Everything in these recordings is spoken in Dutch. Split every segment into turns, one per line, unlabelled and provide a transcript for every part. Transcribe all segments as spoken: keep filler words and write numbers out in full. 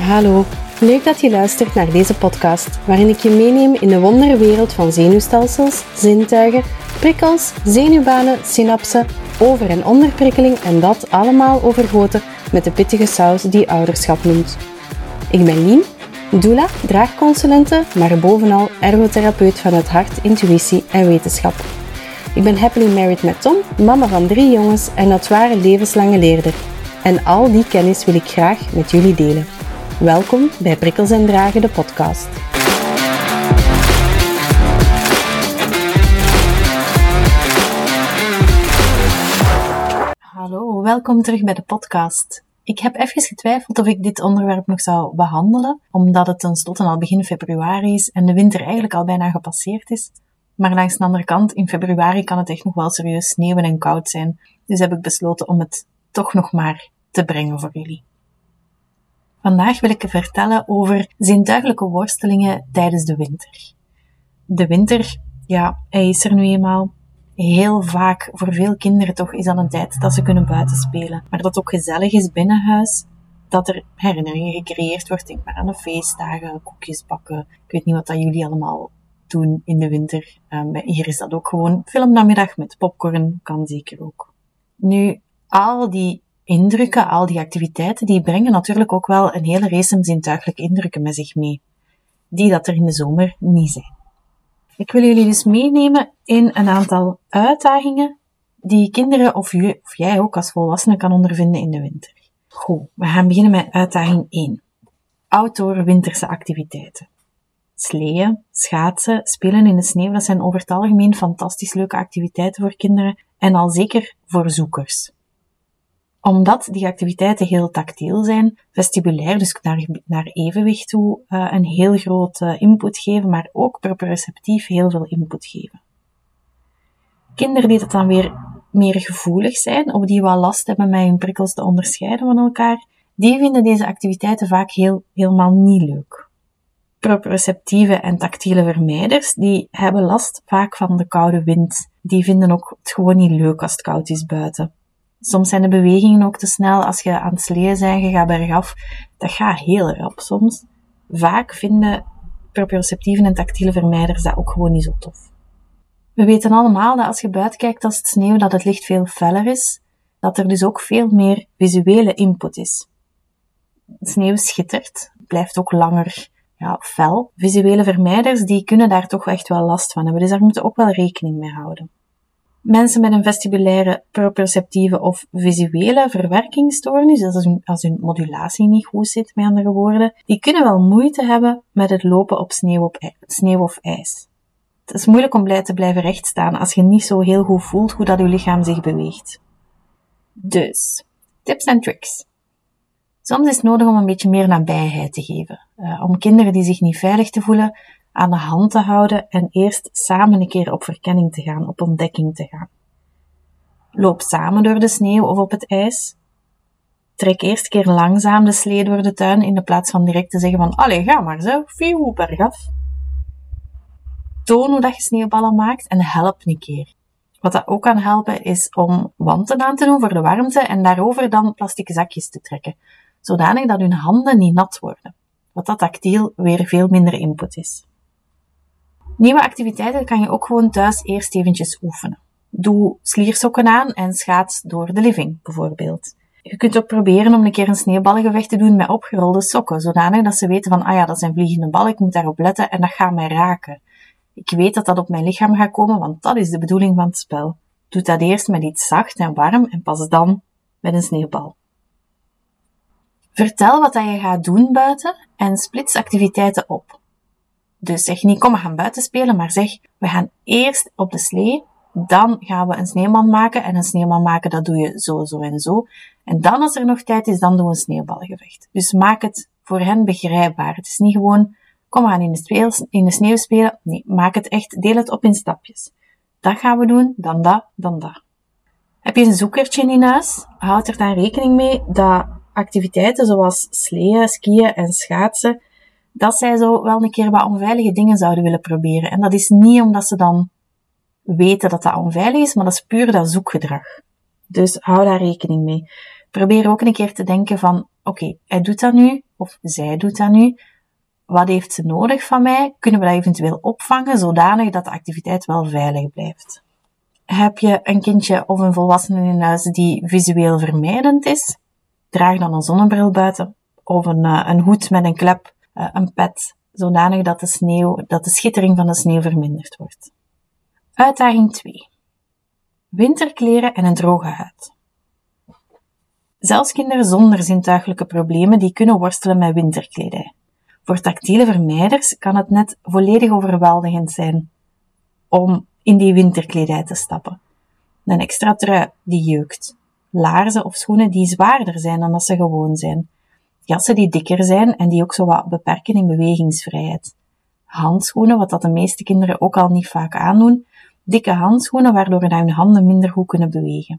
Hallo, leuk dat je luistert naar deze podcast, waarin ik je meeneem in de wonderwereld van zenuwstelsels, zintuigen, prikkels, zenuwbanen, synapsen, over- en onderprikkeling en dat allemaal overgoten met de pittige saus die ouderschap noemt. Ik ben Lien, doula, draagconsulente, maar bovenal ergotherapeut van het hart, intuïtie en wetenschap. Ik ben happily married met Tom, mama van drie jongens en notoire levenslange leerder. En al die kennis wil ik graag met jullie delen. Welkom bij Prikkels en Dragen, de podcast. Hallo, welkom terug bij de podcast. Ik heb even getwijfeld of ik dit onderwerp nog zou behandelen, omdat het tenslotte al begin februari is en de winter eigenlijk al bijna gepasseerd is. Maar langs de andere kant, in februari kan het echt nog wel serieus sneeuwen en koud zijn. Dus heb ik besloten om het toch nog maar te brengen voor jullie. Vandaag wil ik je vertellen over zintuigelijke worstelingen tijdens de winter. De winter, ja, hij is er nu eenmaal. Heel vaak, voor veel kinderen toch, is dat een tijd dat ze kunnen buiten spelen. Maar dat het ook gezellig is binnen huis, dat er herinneringen gecreëerd wordt. Denk maar aan de feestdagen, koekjes bakken. Ik weet niet wat dat jullie allemaal doen in de winter. Um, hier is dat ook gewoon. Filmnamiddag met popcorn kan zeker ook. Nu, al die indrukken, al die activiteiten, die brengen natuurlijk ook wel een hele race zintuigelijke indrukken met zich mee. Die dat er in de zomer niet zijn. Ik wil jullie dus meenemen in een aantal uitdagingen die kinderen of, jullie, of jij ook als volwassene kan ondervinden in de winter. Goed, we gaan beginnen met uitdaging één. Outdoor winterse activiteiten. Sleeën, schaatsen, spelen in de sneeuw, dat zijn over het algemeen fantastisch leuke activiteiten voor kinderen en al zeker voor zoekers. Omdat die activiteiten heel tactiel zijn, vestibulair, dus naar, naar evenwicht toe, uh, een heel grote input geven, maar ook proprioceptief heel veel input geven. Kinderen die dat dan weer meer gevoelig zijn, of die wel last hebben met hun prikkels te onderscheiden van elkaar, die vinden deze activiteiten vaak heel, helemaal niet leuk. Proprioceptieve en tactiele vermijders, die hebben last vaak van de koude wind. Die vinden ook het gewoon niet leuk als het koud is buiten. Soms zijn de bewegingen ook te snel. Als je aan het sleeën bent, je gaat bergaf. Dat gaat heel rap soms. Vaak vinden proprioceptieve en tactiele vermijders dat ook gewoon niet zo tof. We weten allemaal dat als je buiten kijkt als het sneeuwt, dat het licht veel feller is. Dat er dus ook veel meer visuele input is. Het sneeuw schittert, blijft ook langer ja, fel. Visuele vermijders, die kunnen daar toch echt wel last van hebben. Dus daar moeten we ook wel rekening mee houden. Mensen met een vestibulaire, proprioceptieve of visuele verwerkingsstoornis, dus als hun, als hun modulatie niet goed zit, met andere woorden, die kunnen wel moeite hebben met het lopen op sneeuw, op ij, sneeuw of ijs. Het is moeilijk om blij te blijven rechtstaan als je niet zo heel goed voelt hoe dat je lichaam zich beweegt. Dus, tips en tricks. Soms is het nodig om een beetje meer nabijheid te geven. Uh, om kinderen die zich niet veilig te voelen aan de hand te houden en eerst samen een keer op verkenning te gaan, op ontdekking te gaan. Loop samen door de sneeuw of op het ijs. Trek eerst een keer langzaam de slee door de tuin in de plaats van direct te zeggen van allee, ga maar zo, fieuw, bergaf. Toon hoe dat je sneeuwballen maakt en help een keer. Wat dat ook kan helpen is om wanten aan te doen voor de warmte en daarover dan plastic zakjes te trekken, zodanig dat hun handen niet nat worden, wat dat tactiel weer veel minder input is. Nieuwe activiteiten kan je ook gewoon thuis eerst eventjes oefenen. Doe sliersokken aan en schaats door de living, bijvoorbeeld. Je kunt ook proberen om een keer een sneeuwballengevecht te doen met opgerolde sokken, zodanig dat ze weten van, ah ja, dat zijn vliegende ballen, ik moet daarop letten en dat gaat mij raken. Ik weet dat dat op mijn lichaam gaat komen, want dat is de bedoeling van het spel. Doe dat eerst met iets zacht en warm en pas dan met een sneeuwbal. Vertel wat je gaat doen buiten en splits activiteiten op. Dus zeg niet, kom we gaan buiten spelen, maar zeg, we gaan eerst op de slee, dan gaan we een sneeuwman maken en een sneeuwman maken, dat doe je zo, zo en zo. En dan als er nog tijd is, dan doen we een sneeuwballengevecht. Dus maak het voor hen begrijpbaar. Het is niet gewoon, kom we gaan in de, speel, in de sneeuw spelen. Nee, maak het echt, deel het op in stapjes. Dat gaan we doen, dan dat, dan dat. Heb je een zoekertje in huis? Houd er dan rekening mee dat activiteiten zoals sleeën, skiën en schaatsen, dat zij zo wel een keer wat onveilige dingen zouden willen proberen. En dat is niet omdat ze dan weten dat dat onveilig is, maar dat is puur dat zoekgedrag. Dus hou daar rekening mee. Probeer ook een keer te denken van, oké, okay, hij doet dat nu, of zij doet dat nu. Wat heeft ze nodig van mij? Kunnen we dat eventueel opvangen, zodanig dat de activiteit wel veilig blijft? Heb je een kindje of een volwassene in huis die visueel vermijdend is? Draag dan een zonnebril buiten, of een, uh, een hoed met een klep, uh, een pet, zodanig dat de sneeuw, dat de schittering van de sneeuw verminderd wordt. Uitdaging twee. Winterkleren en een droge huid. Zelfs kinderen zonder zintuigelijke problemen die kunnen worstelen met winterkledij. Voor tactiele vermijders kan het net volledig overweldigend zijn om in die winterkledij te stappen. Een extra trui die jeukt. Laarzen of schoenen die zwaarder zijn dan dat ze gewoon zijn. Jassen die dikker zijn en die ook zo wat beperken in bewegingsvrijheid. Handschoenen, wat dat de meeste kinderen ook al niet vaak aandoen. Dikke handschoenen waardoor hun handen minder goed kunnen bewegen.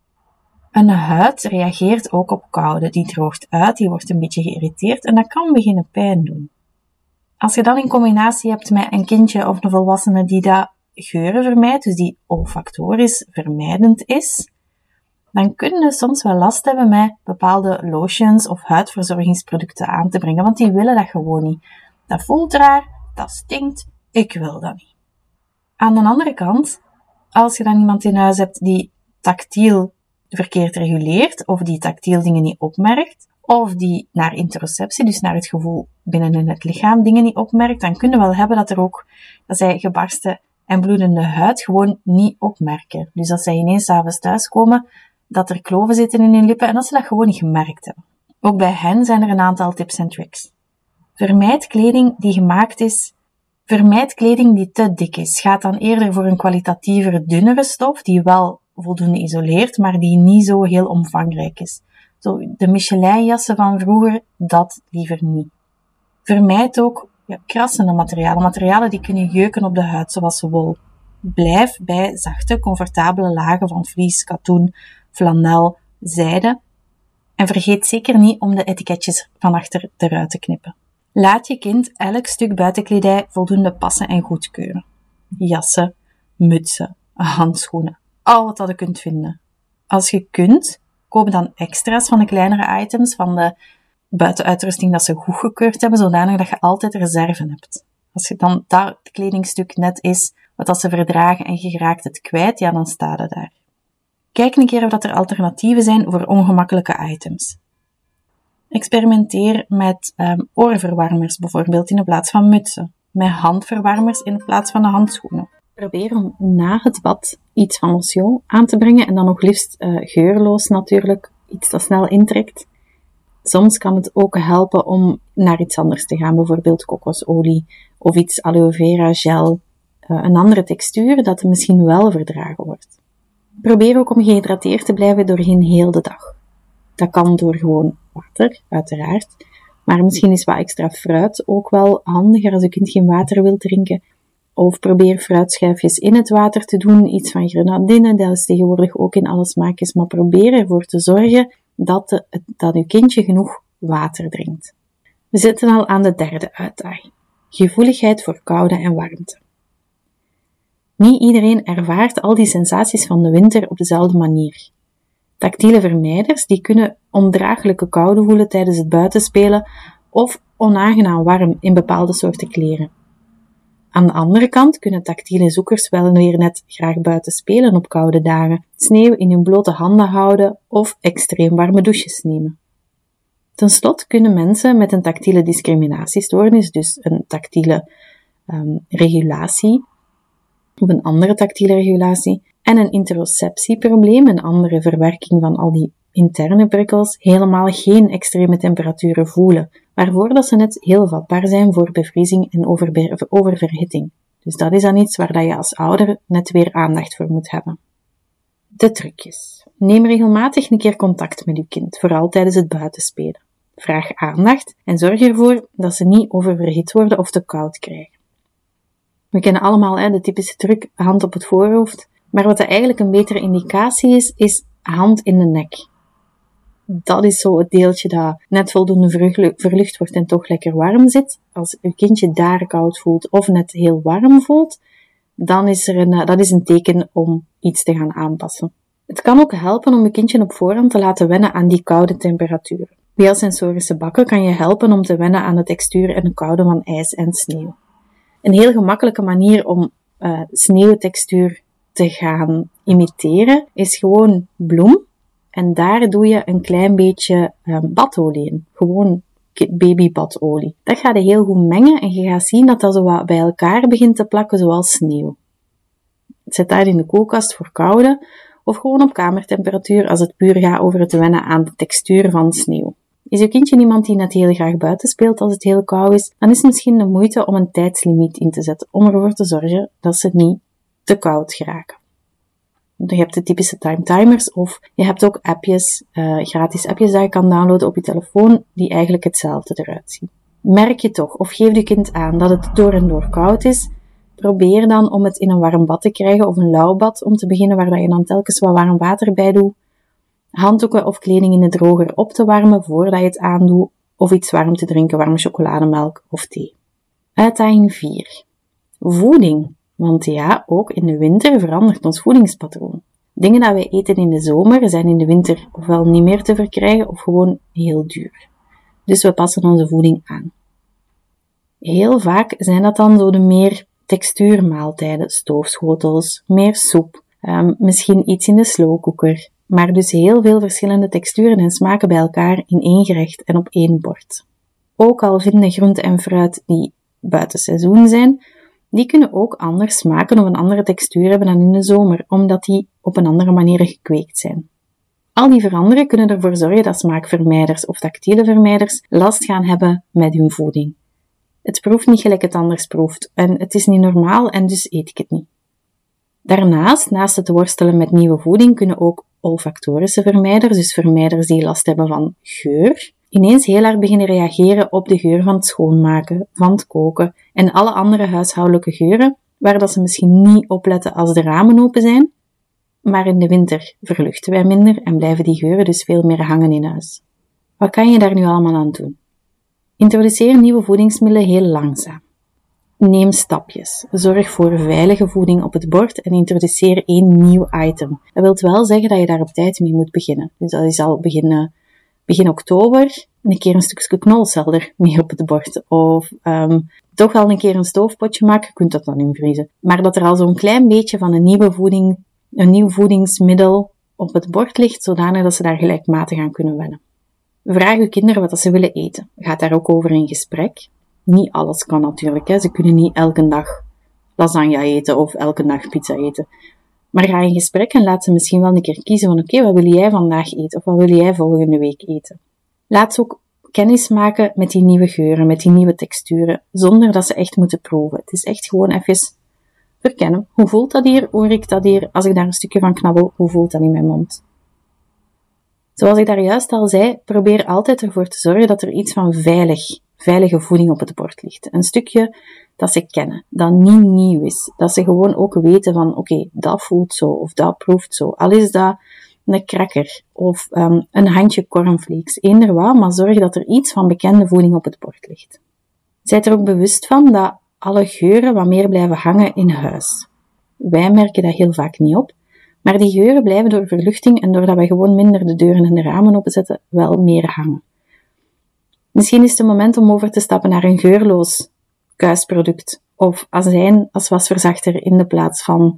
Een huid reageert ook op koude. Die droogt uit, die wordt een beetje geïrriteerd en dat kan beginnen pijn doen. Als je dan in combinatie hebt met een kindje of een volwassene die dat geuren vermijdt, dus die olfactorisch vermijdend is, dan kun je soms wel last hebben met bepaalde lotions of huidverzorgingsproducten aan te brengen, want die willen dat gewoon niet. Dat voelt raar, dat stinkt, ik wil dat niet. Aan de andere kant, als je dan iemand in huis hebt die tactiel verkeerd reguleert, of die tactiel dingen niet opmerkt, of die naar interoceptie, dus naar het gevoel binnen in het lichaam, dingen niet opmerkt, dan kun je wel hebben dat er ook, dat zij gebarsten en bloedende huid gewoon niet opmerken. Dus als zij ineens 's avonds thuiskomen, dat er kloven zitten in hun lippen en dat ze dat gewoon niet gemerkt hebben. Ook bij hen zijn er een aantal tips en tricks. Vermijd kleding die gemaakt is, vermijd kleding die te dik is. Ga dan eerder voor een kwalitatievere, dunnere stof, die wel voldoende isoleert, maar die niet zo heel omvangrijk is. Zo, de Michelin-jassen van vroeger, dat liever niet. Vermijd ook ja, krassende materialen, materialen die kunnen jeuken op de huid, zoals wol. Blijf bij zachte, comfortabele lagen van vlies, katoen, flanel, zijde. En vergeet zeker niet om de etiketjes van achter eruit te knippen. Laat je kind elk stuk buitenkledij voldoende passen en goedkeuren. Jassen, mutsen, handschoenen, al wat dat je kunt vinden. Als je kunt, koop dan extra's van de kleinere items, van de buitenuitrusting dat ze goedgekeurd hebben, zodanig dat je altijd reserve hebt. Als je dan dat kledingstuk net is, wat dat ze verdragen en je raakt het kwijt, ja, dan staat het daar. Kijk een keer of dat er alternatieven zijn voor ongemakkelijke items. Experimenteer met um, oorverwarmers bijvoorbeeld in de plaats van mutsen. Met handverwarmers in plaats van de handschoenen. Probeer om na het bad iets van lotion aan te brengen en dan nog liefst uh, geurloos natuurlijk, iets dat snel intrekt. Soms kan het ook helpen om naar iets anders te gaan, bijvoorbeeld kokosolie of iets aloe vera gel, uh, een andere textuur dat misschien wel verdragen wordt. Probeer ook om gehydrateerd te blijven doorheen heel de dag. Dat kan door gewoon water, uiteraard, maar misschien is wat extra fruit ook wel handiger als je kind geen water wil drinken. Of probeer fruitschijfjes in het water te doen, iets van grenadine, dat is tegenwoordig ook in alle smaakjes, maar probeer ervoor te zorgen dat, de, dat uw kindje genoeg water drinkt. We zitten al aan de derde uitdaging. Gevoeligheid voor koude en warmte. Niet iedereen ervaart al die sensaties van de winter op dezelfde manier. Tactiele vermijders die kunnen ondraaglijke koude voelen tijdens het buitenspelen of onaangenaam warm in bepaalde soorten kleren. Aan de andere kant kunnen tactiele zoekers wel weer net graag buiten spelen op koude dagen, sneeuw in hun blote handen houden of extreem warme douches nemen. Ten slotte kunnen mensen met een tactiele discriminatiestoornis, dus een tactiele um, regulatie, of een andere tactiele regulatie, en een interoceptieprobleem, een andere verwerking van al die interne prikkels, helemaal geen extreme temperaturen voelen, waarvoor dat ze net heel vatbaar zijn voor bevriezing en overbe- oververhitting. Dus dat is dan iets waar dat je als ouder net weer aandacht voor moet hebben. De trucjes. Neem regelmatig een keer contact met uw kind, vooral tijdens het buitenspelen. Vraag aandacht en zorg ervoor dat ze niet oververhit worden of te koud krijgen. We kennen allemaal hè, de typische truc, hand op het voorhoofd. Maar wat er eigenlijk een betere indicatie is, is hand in de nek. Dat is zo het deeltje dat net voldoende verlucht wordt en toch lekker warm zit. Als uw kindje daar koud voelt of net heel warm voelt, dan is er een, dat is een teken om iets te gaan aanpassen. Het kan ook helpen om uw kindje op voorhand te laten wennen aan die koude temperaturen. Biosensorische bakken kan je helpen om te wennen aan de textuur en de koude van ijs en sneeuw. Een heel gemakkelijke manier om uh, sneeuwtextuur te gaan imiteren is gewoon bloem. En daar doe je een klein beetje uh, badolie in. Gewoon babybadolie. Dat ga je heel goed mengen en je gaat zien dat dat zo wat bij elkaar begint te plakken zoals sneeuw. Zet dat in de koelkast voor koude of gewoon op kamertemperatuur als het puur gaat over het wennen aan de textuur van sneeuw. Is uw kindje iemand die net heel graag buiten speelt als het heel koud is, dan is het misschien de moeite om een tijdslimiet in te zetten om ervoor te zorgen dat ze niet te koud geraken. Je hebt de typische time timers of je hebt ook appjes, uh, gratis appjes dat je kan downloaden op je telefoon die eigenlijk hetzelfde eruit zien. Merk je toch of geef je kind aan dat het door en door koud is, probeer dan om het in een warm bad te krijgen of een lauw bad om te beginnen waar je dan telkens wat warm water bij doet. Handdoeken of kleding in de droger op te warmen voordat je het aandoet of iets warm te drinken, warme chocolademelk of thee. Uitdaging vier. Voeding. Want ja, ook in de winter verandert ons voedingspatroon. Dingen dat wij eten in de zomer zijn in de winter ofwel niet meer te verkrijgen of gewoon heel duur. Dus we passen onze voeding aan. Heel vaak zijn dat dan zo de meer textuurmaaltijden, stoofschotels, meer soep, um, misschien iets in de slowcooker, maar dus heel veel verschillende texturen en smaken bij elkaar in één gerecht en op één bord. Ook al vinden groenten en fruit die buiten seizoen zijn, die kunnen ook anders smaken of een andere textuur hebben dan in de zomer, omdat die op een andere manier gekweekt zijn. Al die veranderen kunnen ervoor zorgen dat smaakvermijders of tactiele vermijders last gaan hebben met hun voeding. Het proeft niet gelijk het anders proeft en het is niet normaal en dus eet ik het niet. Daarnaast, naast het worstelen met nieuwe voeding, kunnen ook olfactorische vermijders, dus vermijders die last hebben van geur, ineens heel hard beginnen reageren op de geur van het schoonmaken, van het koken en alle andere huishoudelijke geuren, waar dat ze misschien niet opletten als de ramen open zijn, maar in de winter verluchten wij minder en blijven die geuren dus veel meer hangen in huis. Wat kan je daar nu allemaal aan doen? Introduceer nieuwe voedingsmiddelen heel langzaam. Neem stapjes. Zorg voor veilige voeding op het bord en introduceer één nieuw item. Dat wil wel zeggen dat je daar op tijd mee moet beginnen. Dus dat is al begin, begin oktober een keer een stukje knolselder mee op het bord. Of um, toch al een keer een stoofpotje maken, je kunt dat dan invriezen. Maar dat er al zo'n klein beetje van een nieuwe voeding, een nieuw voedingsmiddel op het bord ligt, zodanig dat ze daar gelijkmatig aan kunnen wennen. Vraag uw kinderen wat ze willen eten. Gaat daar ook over in gesprek. Niet alles kan natuurlijk, hè. Ze kunnen niet elke dag lasagne eten of elke dag pizza eten. Maar ga in gesprek en laat ze misschien wel een keer kiezen van oké, okay, wat wil jij vandaag eten of wat wil jij volgende week eten. Laat ze ook kennis maken met die nieuwe geuren, met die nieuwe texturen, zonder dat ze echt moeten proeven. Het is echt gewoon even verkennen. Hoe voelt dat hier? Hoe riekt dat hier? Als ik daar een stukje van knabbel, hoe voelt dat in mijn mond? Zoals ik daar juist al zei, probeer altijd ervoor te zorgen dat er iets van veilig, veilige voeding op het bord ligt. Een stukje dat ze kennen, dat niet nieuw is. Dat ze gewoon ook weten van, oké, okay, dat voelt zo, of dat proeft zo. Al is dat een cracker, of um, een handje cornflakes, eender wat, maar zorg dat er iets van bekende voeding op het bord ligt. Zijt er ook bewust van dat alle geuren wat meer blijven hangen in huis. Wij merken dat heel vaak niet op, maar die geuren blijven door verluchting en doordat wij gewoon minder de deuren en de ramen openzetten, wel meer hangen. Misschien is het een moment om over te stappen naar een geurloos kuisproduct of azijn als wasverzachter in de plaats van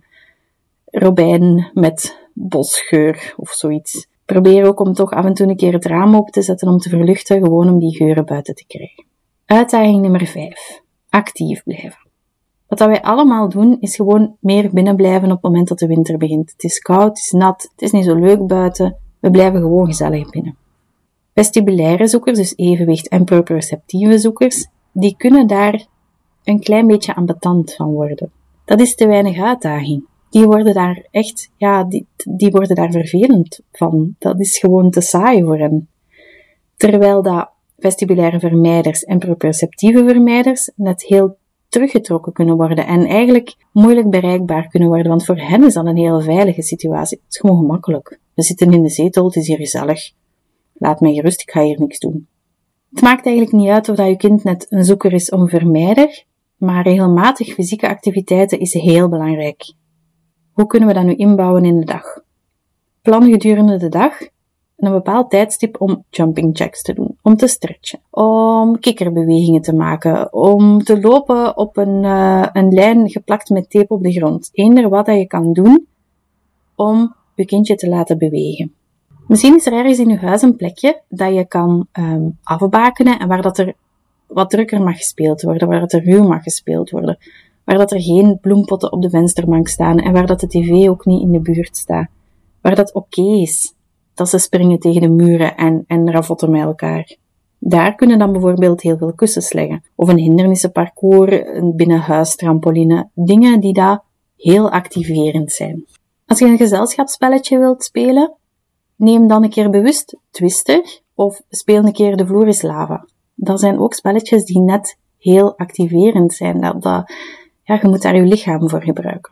robijn met bosgeur of zoiets. Probeer ook om toch af en toe een keer het raam open te zetten om te verluchten, gewoon om die geuren buiten te krijgen. Uitdaging nummer vijf. Actief blijven. Wat wij allemaal doen, is gewoon meer binnen blijven op het moment dat de winter begint. Het is koud, het is nat, het is niet zo leuk buiten. We blijven gewoon gezellig binnen. Vestibulaire zoekers, dus evenwicht en proprioceptieve zoekers, die kunnen daar een klein beetje ambetant van worden. Dat is te weinig uitdaging. Die worden daar echt, ja, die, die worden daar vervelend van. Dat is gewoon te saai voor hen. Terwijl dat vestibulaire vermijders en proprioceptieve vermijders net heel teruggetrokken kunnen worden en eigenlijk moeilijk bereikbaar kunnen worden, want voor hen is dat een heel veilige situatie. Het is gewoon gemakkelijk. We zitten in de zetel, het is hier gezellig. Laat mij gerust, ik ga hier niks doen. Het maakt eigenlijk niet uit of dat je kind net een zoeker is of een vermijder, maar regelmatig fysieke activiteiten is heel belangrijk. Hoe kunnen we dat nu inbouwen in de dag? Plan gedurende de dag een bepaald tijdstip om jumping jacks te doen, om te stretchen, om kikkerbewegingen te maken, om te lopen op een, uh, een lijn geplakt met tape op de grond. Eender wat dat je kan doen om je kindje te laten bewegen. Misschien is er ergens in je huis een plekje dat je kan um, afbakenen en waar dat er wat drukker mag gespeeld worden, waar dat er ruw mag gespeeld worden, waar dat er geen bloempotten op de vensterbank staan en waar dat de tv ook niet in de buurt staat, waar dat oké okay is dat ze springen tegen de muren en, en ravotten met elkaar. Daar kunnen dan bijvoorbeeld heel veel kussens leggen, of een hindernissenparcours, een binnenhuistrampoline, dingen die daar heel activerend zijn. Als je een gezelschapsspelletje wilt spelen, neem dan een keer bewust Twister of speel een keer De Vloer is Lava. Dat zijn ook spelletjes die net heel activerend zijn. Dat, dat, ja, je moet daar je lichaam voor gebruiken.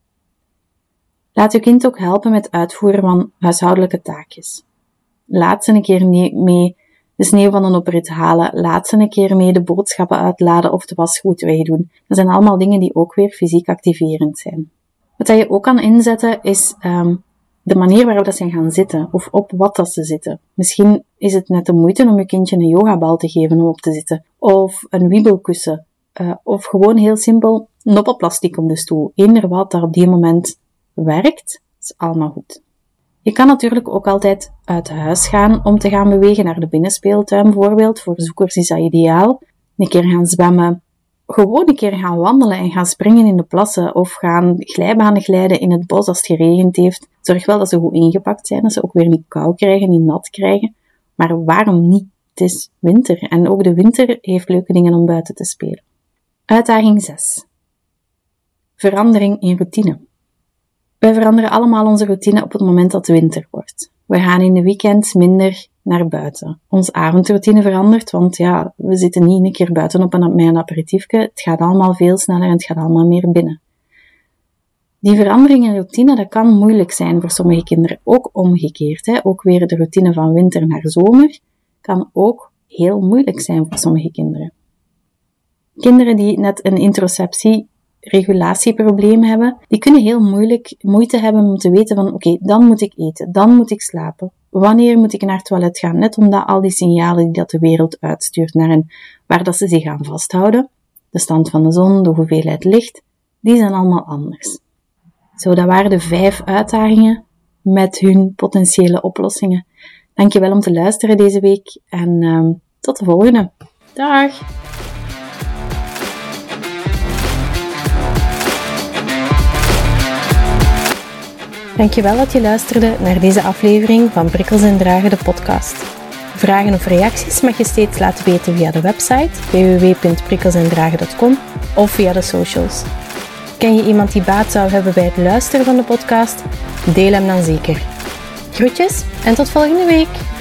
Laat je kind ook helpen met uitvoeren van huishoudelijke taakjes. Laat ze een keer mee de sneeuw van een oprit halen. Laat ze een keer mee de boodschappen uitladen of de wasgoed wegdoen. Dat zijn allemaal dingen die ook weer fysiek activerend zijn. Wat je ook kan inzetten is um, de manier waarop dat ze gaan zitten, of op wat dat ze zitten. Misschien is het net de moeite om je kindje een yogabal te geven om op te zitten, of een wiebelkussen, uh, of gewoon heel simpel noppelplastic om de stoel. Eender wat dat op die moment werkt, is allemaal goed. Je kan natuurlijk ook altijd uit huis gaan om te gaan bewegen naar de binnenspeeltuin bijvoorbeeld. Voor zoekers is dat ideaal. Een keer gaan zwemmen, gewoon een keer gaan wandelen en gaan springen in de plassen of gaan glijbanen glijden in het bos als het geregend heeft. Zorg wel dat ze goed ingepakt zijn, dat ze ook weer niet kou krijgen, niet nat krijgen. Maar waarom niet? Het is winter en ook de winter heeft leuke dingen om buiten te spelen. Uitdaging zes. Verandering in routine. Wij veranderen allemaal onze routine op het moment dat het winter wordt. We gaan in de weekend minder naar buiten. Onze avondroutine verandert, want ja, we zitten niet een keer buiten op een, met een aperitiefje. Het gaat allemaal veel sneller en het gaat allemaal meer binnen. Die verandering in routine, dat kan moeilijk zijn voor sommige kinderen. Ook omgekeerd, hè. Ook weer de routine van winter naar zomer kan ook heel moeilijk zijn voor sommige kinderen. Kinderen die net een introceptie regulatieprobleem hebben, die kunnen heel moeilijk moeite hebben om te weten van oké, okay, dan moet ik eten, dan moet ik slapen. Wanneer moet ik naar het toilet gaan? Net omdat al die signalen die dat de wereld uitstuurt naar een, waar dat ze zich aan vasthouden, de stand van de zon, de hoeveelheid licht, die zijn allemaal anders. Zo, dat waren de vijf uitdagingen met hun potentiële oplossingen. Dankjewel om te luisteren deze week en uh, tot de volgende. Dag! Dankjewel dat je luisterde naar deze aflevering van Prikkels en Dragen, de podcast. Vragen of reacties mag je steeds laten weten via de website w w w punt prikkels en dragen punt com of via de socials. Ken je iemand die baat zou hebben bij het luisteren van de podcast? Deel hem dan zeker. Groetjes en tot volgende week!